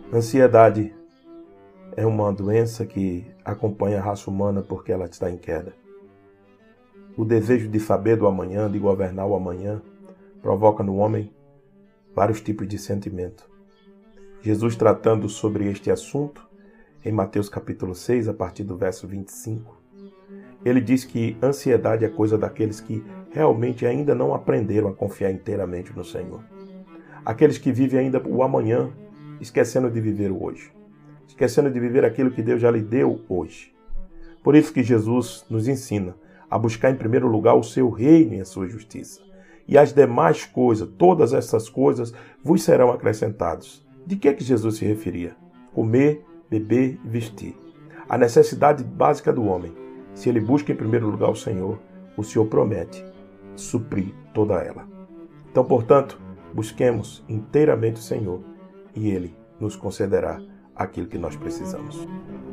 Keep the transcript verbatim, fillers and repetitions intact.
Ansiedade é uma doença que acompanha a raça humana porque ela está em queda. O desejo de saber do amanhã, de governar o amanhã, provoca no homem vários tipos de sentimento. Jesus, tratando sobre este assunto, em Mateus capítulo seis, a partir do verso vinte e cinco, ele diz que ansiedade é coisa daqueles que realmente ainda não aprenderam a confiar inteiramente no Senhor. Aqueles que vivem ainda o amanhã, esquecendo de viver o hoje. Esquecendo de viver aquilo que Deus já lhe deu hoje. Por isso que Jesus nos ensina a buscar em primeiro lugar o seu reino e a sua justiça. E as demais coisas, todas essas coisas, vos serão acrescentadas. De que é que Jesus se referia? Comer, beber e vestir. A necessidade básica do homem. Se ele busca em primeiro lugar o Senhor, o Senhor promete suprir toda ela. Então, portanto, busquemos inteiramente o Senhor e Ele nos concederá aquilo que nós precisamos.